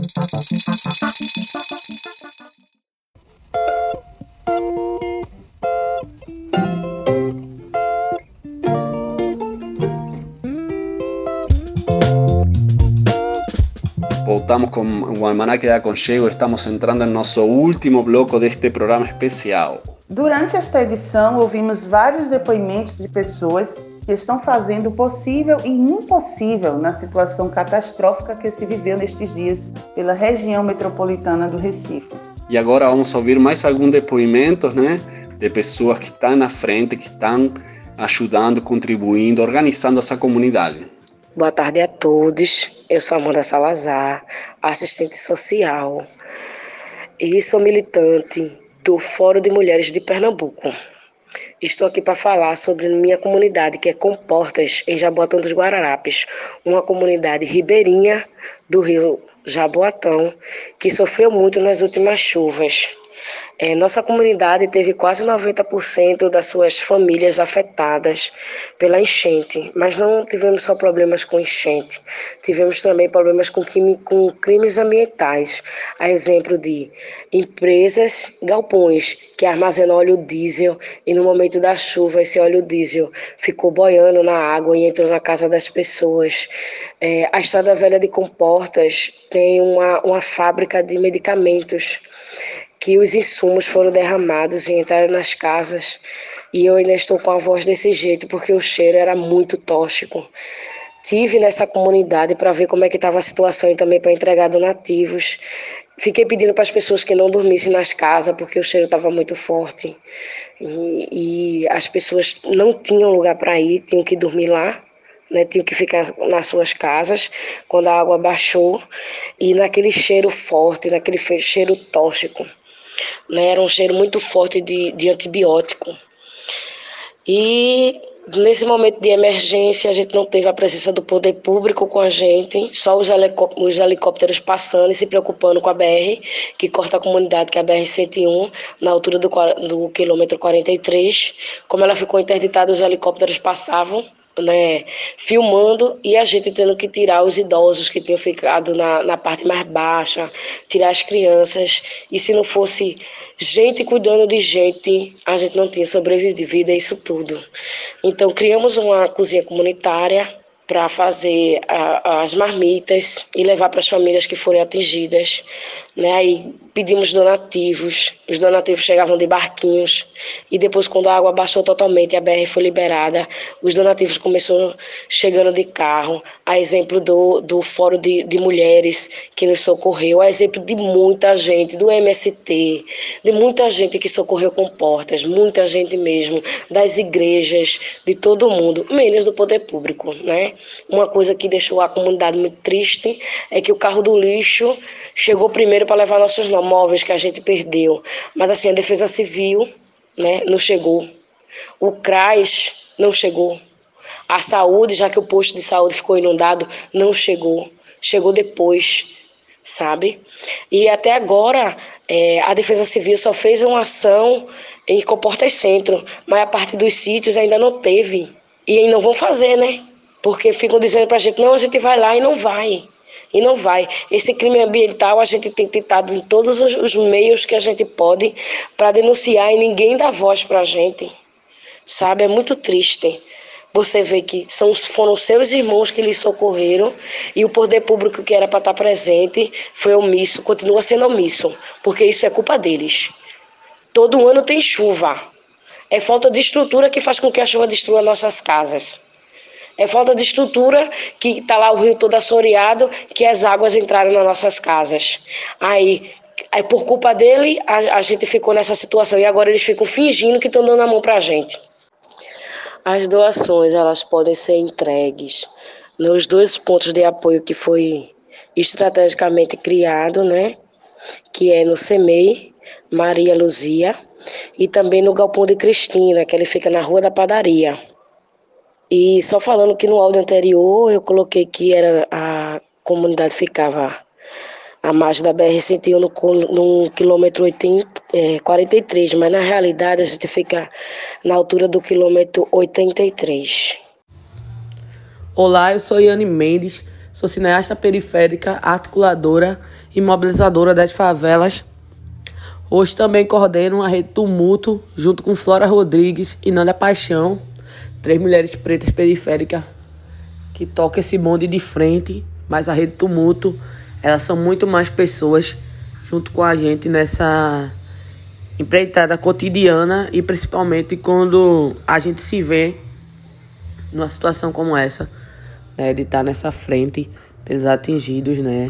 Voltamos com o Almanaque da Aconchego, estamos entrando em nosso último bloco deste programa especial. Durante esta edição, ouvimos vários depoimentos de pessoas que estão fazendo o possível e impossível na situação catastrófica que se viveu nestes dias pela região metropolitana do Recife. E agora vamos ouvir mais alguns depoimentos, de pessoas que estão na frente, que estão ajudando, contribuindo, organizando essa comunidade. Boa tarde a todos. Eu sou Amanda Salazar, assistente social e sou militante do Fórum de Mulheres de Pernambuco. Estou aqui para falar sobre minha comunidade, que é Comportas, em Jaboatão dos Guararapes, uma comunidade ribeirinha do rio Jaboatão, que sofreu muito nas últimas chuvas. Nossa comunidade teve quase 90% das suas famílias afetadas pela enchente, mas não tivemos só problemas com enchente, tivemos também problemas com crimes ambientais, a exemplo de empresas, galpões que armazenam óleo diesel e no momento da chuva esse óleo diesel ficou boiando na água e entrou na casa das pessoas. A Estrada Velha de Comportas tem uma fábrica de medicamentos que os insumos foram derramados e entraram nas casas. E eu ainda estou com a voz desse jeito, porque o cheiro era muito tóxico. Tive nessa comunidade para ver como é que estava a situação e também para entregar donativos. Fiquei pedindo para as pessoas que não dormissem nas casas, porque o cheiro estava muito forte. E as pessoas não tinham lugar para ir, tinham que dormir lá. Tinham que ficar nas suas casas quando a água baixou. E naquele cheiro forte, naquele cheiro tóxico. Era um cheiro muito forte de antibiótico. E nesse momento de emergência a gente não teve a presença do poder público com a gente, só os helicópteros passando e se preocupando com a BR, que corta a comunidade, que é a BR-101, na altura do quilômetro 43. Como ela ficou interditada, os helicópteros passavam, filmando, e a gente tendo que tirar os idosos que tinham ficado na parte mais baixa, tirar as crianças, e se não fosse gente cuidando de gente, a gente não tinha sobrevivido a isso tudo. Então criamos uma cozinha comunitária para fazer as marmitas e levar para as famílias que forem atingidas. Aí pedimos donativos, os donativos chegavam de barquinhos e depois, quando a água baixou totalmente e a BR foi liberada, os donativos começaram chegando de carro, a exemplo do Fórum de Mulheres que nos socorreu, a exemplo de muita gente, do MST, de muita gente que socorreu Comportas, muita gente mesmo, das igrejas, de todo mundo, menos do poder público, Uma coisa que deixou a comunidade muito triste é que o carro do lixo chegou primeiro para levar nossos móveis que a gente perdeu. Mas assim, a Defesa Civil, não chegou. O CRAS não chegou. A saúde, já que o posto de saúde ficou inundado, não chegou. Chegou depois, sabe? E até agora, a Defesa Civil só fez uma ação em Comportas Centro, mas a parte dos sítios ainda não teve. E ainda não vão fazer, Porque ficam dizendo pra gente, não, a gente vai lá e não vai. E não vai. Esse crime ambiental a gente tem tentado em todos os meios que a gente pode para denunciar e ninguém dá voz pra gente. sabe? É muito triste. Você vê que foram seus irmãos que lhe socorreram e o poder público que era para estar presente foi omisso, continua sendo omisso, porque isso é culpa deles. Todo ano tem chuva. É falta de estrutura que faz com que a chuva destrua nossas casas. É falta de estrutura que está lá o rio todo assoreado, que as águas entraram nas nossas casas. Aí por culpa dele, a gente ficou nessa situação e agora eles ficam fingindo que estão dando a mão para a gente. As doações, elas podem ser entregues nos 2 pontos de apoio que foi estrategicamente criado, né? Que é no CEMEI, Maria Luzia, e também no Galpão de Cristina, que ele fica na Rua da Padaria. E só falando que no áudio anterior eu coloquei que a comunidade ficava à margem da BR-101 no quilômetro 43, mas na realidade a gente fica na altura do quilômetro 83. Olá, eu sou Iane Mendes, sou cineasta periférica, articuladora e mobilizadora das favelas. Hoje também coordeno a Rede Tumulto, junto com Flora Rodrigues e Nália Paixão, 3 mulheres pretas periféricas que tocam esse bonde de frente, mas a Rede Tumulto, elas são muito mais pessoas junto com a gente nessa empreitada cotidiana e principalmente quando a gente se vê numa situação como essa, né, de estar nessa frente pelos atingidos, né,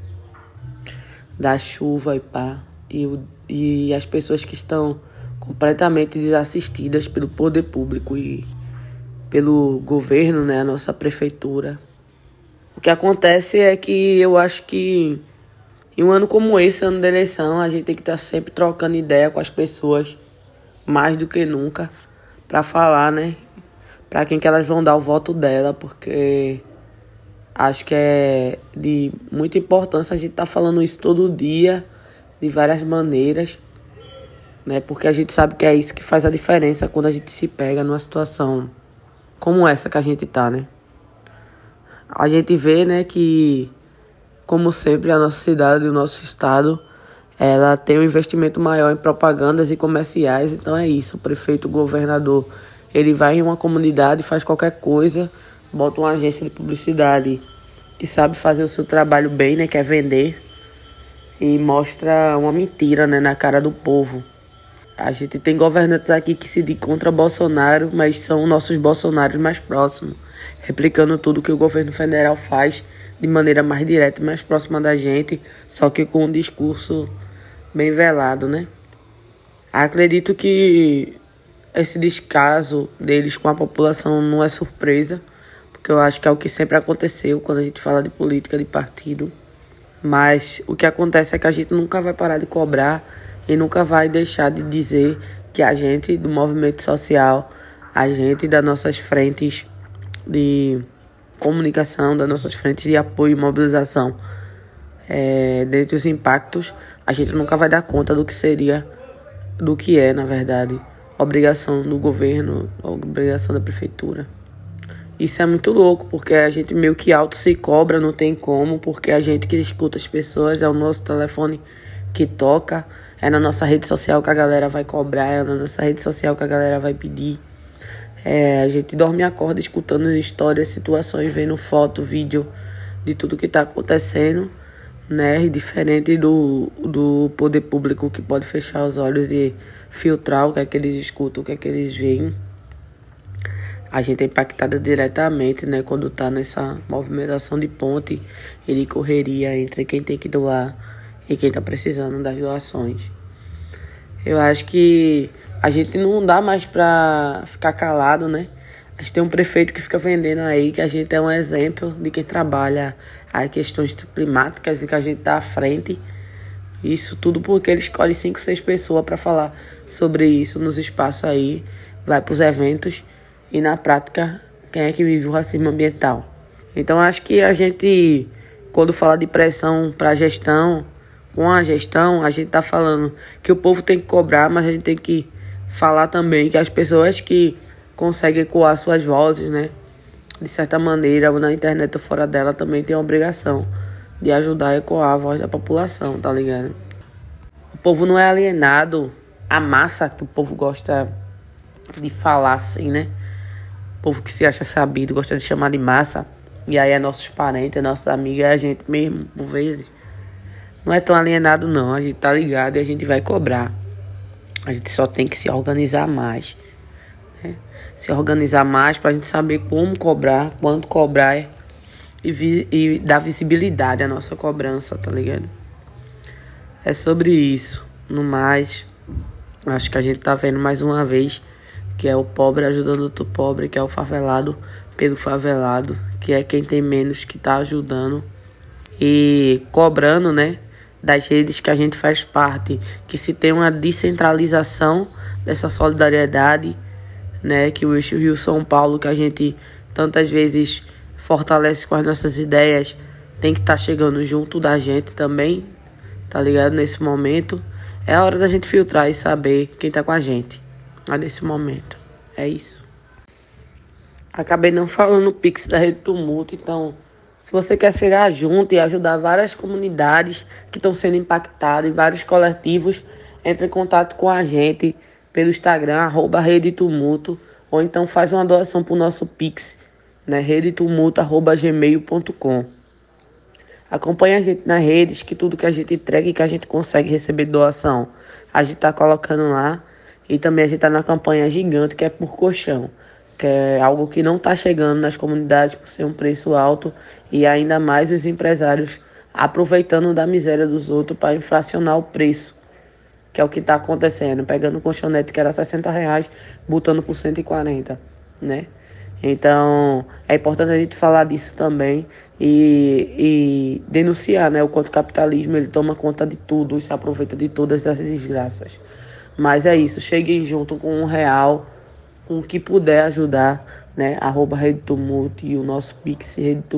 da chuva e pá, e as pessoas que estão completamente desassistidas pelo poder público e pelo governo, né, a nossa prefeitura. O que acontece é que eu acho que em um ano como esse, ano da eleição, a gente tem que estar sempre trocando ideia com as pessoas, mais do que nunca, para falar, né, para quem que elas vão dar o voto dela, porque acho que é de muita importância a gente estar falando isso todo dia, de várias maneiras, né, porque a gente sabe que é isso que faz a diferença quando a gente se pega numa situação como essa que a gente tá, né. A gente vê, né, que, como sempre, a nossa cidade e o nosso estado, ela tem um investimento maior em propagandas e comerciais, então é isso, o prefeito, o governador, ele vai em uma comunidade, faz qualquer coisa, bota uma agência de publicidade que sabe fazer o seu trabalho bem, né, quer vender, e mostra uma mentira, né, na cara do povo. A gente tem governantes aqui que se dizem contra Bolsonaro, mas são nossos Bolsonaros mais próximos, replicando tudo que o governo federal faz de maneira mais direta e mais próxima da gente, só que com um discurso bem velado, né? Acredito que esse descaso deles com a população não é surpresa, porque eu acho que é o que sempre aconteceu quando a gente fala de política de partido. Mas o que acontece é que a gente nunca vai parar de cobrar e nunca vai deixar de dizer que a gente do movimento social, a gente das nossas frentes de comunicação, das nossas frentes de apoio e mobilização, dentre os impactos, a gente nunca vai dar conta do que seria, do que é, na verdade, obrigação do governo, obrigação da prefeitura. Isso é muito louco, porque a gente meio que auto se cobra, não tem como, porque a gente que escuta as pessoas, é o nosso telefone que toca, é na nossa rede social que a galera vai cobrar, é na nossa rede social que a galera vai pedir. A gente dorme e acorda escutando histórias, situações, vendo foto, vídeo de tudo que está acontecendo, né? E diferente do poder público que pode fechar os olhos e filtrar o que é que eles escutam, o que é que eles veem. A gente é impactada diretamente, né? Quando está nessa movimentação de ponte e de correria entre quem tem que doar e quem está precisando das doações. Eu acho que a gente não dá mais para ficar calado, né? A gente tem um prefeito que fica vendendo aí que a gente é um exemplo de quem trabalha as questões climáticas e que a gente está à frente. Isso tudo porque ele escolhe 5, 6 pessoas para falar sobre isso nos espaços aí, vai para os eventos e na prática quem é que vive o racismo ambiental. Então acho que a gente, quando fala de pressão para a gestão, com a gestão, a gente está falando que o povo tem que cobrar, mas a gente tem que falar também que as pessoas que conseguem ecoar suas vozes, né, de certa maneira, na internet ou fora dela, também tem a obrigação de ajudar a ecoar a voz da população, tá ligado? O povo não é alienado, a massa que o povo gosta de falar assim, né? O povo que se acha sabido, gosta de chamar de massa. E aí é nossos parentes, é nossos amigos, é a gente mesmo, por vezes. Não é tão alienado não, a gente tá ligado e a gente vai cobrar. A gente só tem que se organizar mais, né? Se organizar mais pra gente saber como cobrar, quanto cobrar e dar visibilidade à nossa cobrança, tá ligado? É sobre isso. No mais, acho que a gente tá vendo mais uma vez que é o pobre ajudando outro pobre, que é o favelado pelo favelado, que é quem tem menos que tá ajudando e cobrando, né, das redes que a gente faz parte, que se tem uma descentralização dessa solidariedade, né, que o eixo Rio-São Paulo, que a gente tantas vezes fortalece com as nossas ideias, tem que estar chegando junto da gente também, tá ligado? Nesse momento, é a hora da gente filtrar e saber quem tá com a gente, nesse momento. É isso. Acabei não falando no Pix da Rede Tumulto, então, se você quer chegar junto e ajudar várias comunidades que estão sendo impactadas e vários coletivos, entre em contato com a gente pelo Instagram, @Rede Tumulto, ou então faz uma doação para o nosso Pix, né, redetumulto@gmail.com. Acompanhe a gente nas redes, que tudo que a gente entrega e que a gente consegue receber doação, a gente tá colocando lá. E também a gente tá na campanha gigante, que é por colchão, que é algo que não tá chegando nas comunidades por ser um preço alto, e ainda mais os empresários aproveitando da miséria dos outros para inflacionar o preço, que é o que tá acontecendo, pegando um colchonete que era R$60, botando por 140, né? Então, é importante a gente falar disso também e denunciar, né, o quanto o capitalismo ele toma conta de tudo e se aproveita de todas as desgraças. Mas é isso, cheguem junto com R$1, com o que puder ajudar, né, @Rede Tumulto e o nosso Pix,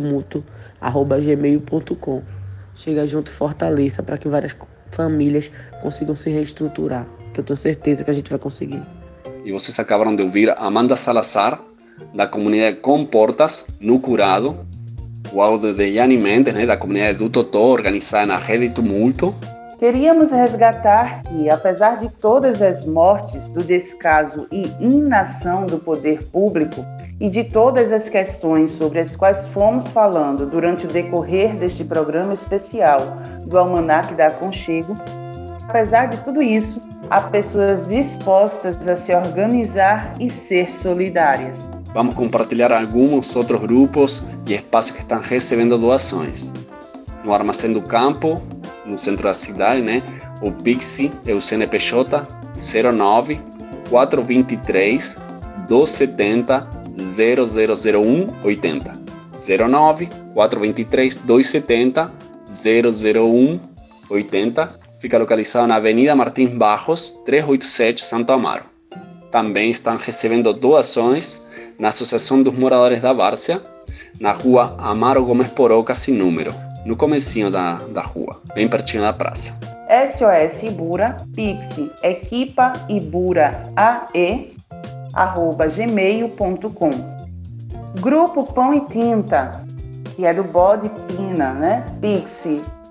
redetumulto@gmail.com. Chega junto e fortaleça para que várias famílias consigam se reestruturar, que eu tenho certeza que a gente vai conseguir. E vocês acabaram de ouvir Amanda Salazar, da comunidade Comportas, no Curado, o áudio de Yanni Mendes, né, da comunidade do Totó, organizada na Rede Tumulto. Queríamos resgatar que, apesar de todas as mortes, do descaso e inação do poder público e de todas as questões sobre as quais fomos falando durante o decorrer deste programa especial do Almanaque da Aconchego, apesar de tudo isso, há pessoas dispostas a se organizar e ser solidárias. Vamos compartilhar alguns outros grupos e espaços que estão recebendo doações. No Armazém do Campo, no centro da cidade, né? O Pix é o CNPJ 09 423 270 0001 80. 09 423 270 001 80. Fica localizado na Avenida Martins Barros, 387, Santo Amaro. Também estão recebendo doações na Associação dos Moradores da Várzea, na rua Amaro Gomes Poroca, sem número, no comecinho da rua, bem pertinho da praça. SOS Ibura, Pix, equipaiburaae@gmail.com. Grupo Pão e Tinta, que é do Bode Pina, né? Pix,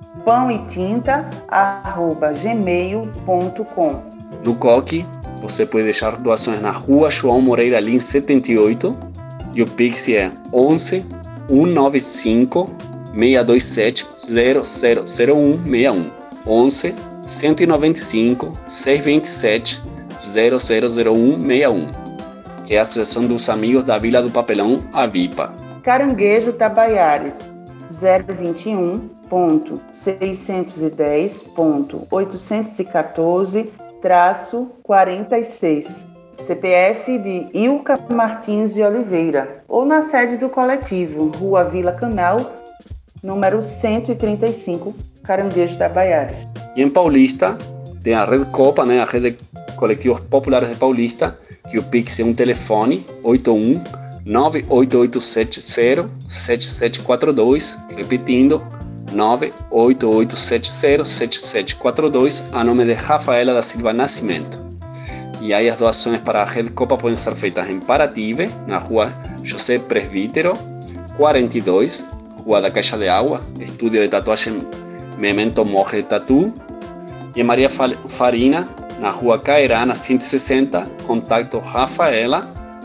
pãoetinta@gmail.com. No COC, você pode deixar doações na rua João Moreira Lins 78 e o Pix é 11 195 627 000161. 11 195 627 000161, que é a Associação dos Amigos da Vila do Papelão, a VIPA. Caranguejo Tabaiares 021.610.814-46, CPF de Ilka Martins de Oliveira, ou na sede do coletivo, Rua Vila Canal, número 135, Caranguejo Tabaiares. E em Paulista, tem a Rede Copa, né, a Rede de Coletivos Populares de Paulista, que o Pix é um telefone 81 98870 7742, repetindo 98870 7742, a nome de Rafaela da Silva Nascimento. E aí as doações para a Rede Copa podem ser feitas em Parative, na rua José Presbítero 42, Rua da Caixa de Água, estúdio de tatuagem Memento Morre Tatu, e em Maria Farina na Rua Cairá, na 160, contato Rafaela,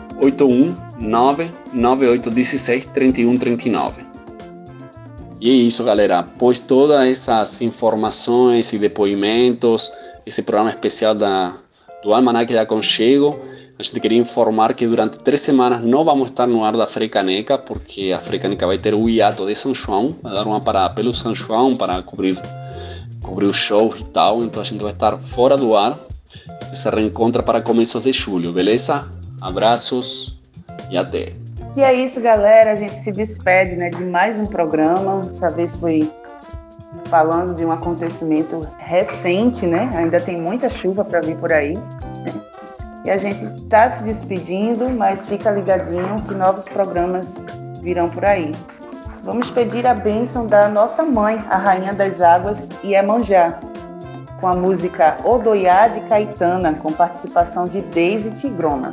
81998163139. E é isso, galera. Após todas essas informações e depoimentos, esse programa especial do Almanac de Aconchego, a gente queria informar que durante 3 semanas não vamos estar no ar da Frecaneca, porque a Frecaneca vai ter o hiato de São João, vai dar uma parada pelo São João para cobrir o show e tal, então a gente vai estar fora do ar. A gente se reencontra para começos de julho, beleza? Abraços e até! E é isso, galera, a gente se despede, né, de mais um programa. Dessa vez foi falando de um acontecimento recente, né? Ainda tem muita chuva para vir por aí, né? E a gente está se despedindo, mas fica ligadinho que novos programas virão por aí. Vamos pedir a bênção da nossa mãe, a Rainha das Águas, Iemanjá, com a música Odoiá de Caetana, com participação de Deise Tigrona.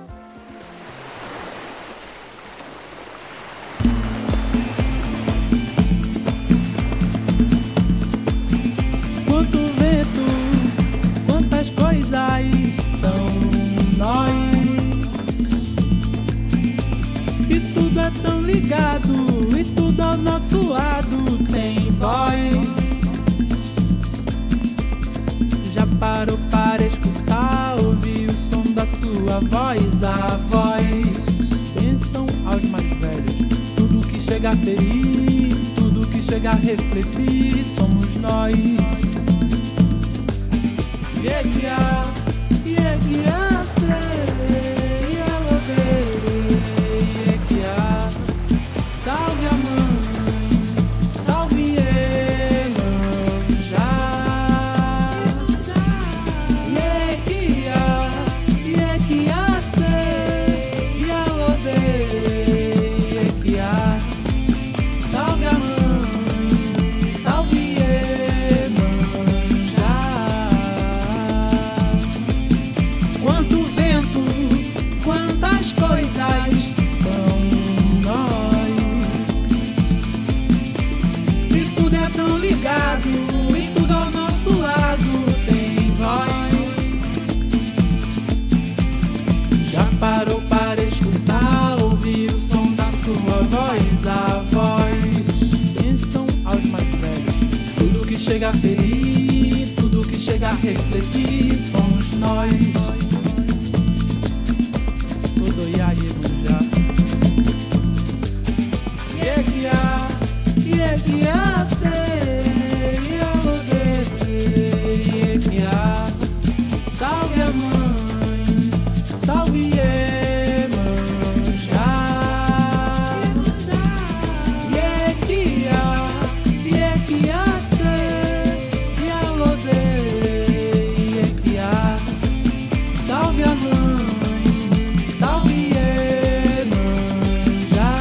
Quanto vento, quantas coisas estão nós, e tudo é tão ligado, e tudo ao nosso lado tem voz. Já parou para escutar, ouvir o som da sua voz, a voz. Bênção aos mais velhos, tudo que chega a ferir, tudo que chega a refletir, somos nós. Yekia, yekia, sei, yekia. Salve a mãe, salve Iemanjá. Yekia, yekia, sei, yekia. Salve a mãe, salve Iemanjá. Quanto vento, quantas coisas estão nós, e tudo é tão ligado, e tudo ao nosso lado tem voz. Já parou para escutar, ouvir o som da sua voz, a voz. Bênção aos mais velhos, tudo que chega a ferir, tudo que chega a refletir, somos nós. Odoiá Iemanjá. Yekia, yekia, sei, yekia. Salve a mãe, salve Iemanjá. Yekia, yekia, sei, yekia. Salve a mãe, salve Iemanjá.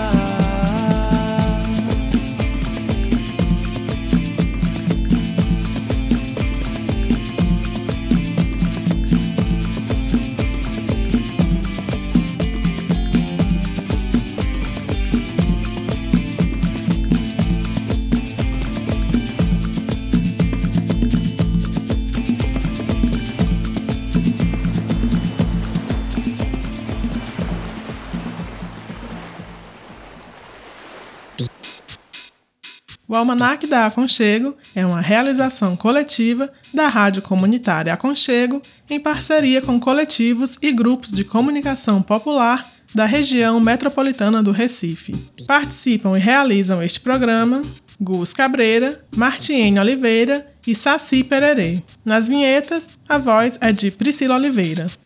O Almanac da Aconchego é uma realização coletiva da Rádio Comunitária Aconchego, em parceria com coletivos e grupos de comunicação popular da região metropolitana do Recife. Participam e realizam este programa Gus Cabreira, Martiene Oliveira e Saci Pererê. Nas vinhetas, a voz é de Priscila Oliveira.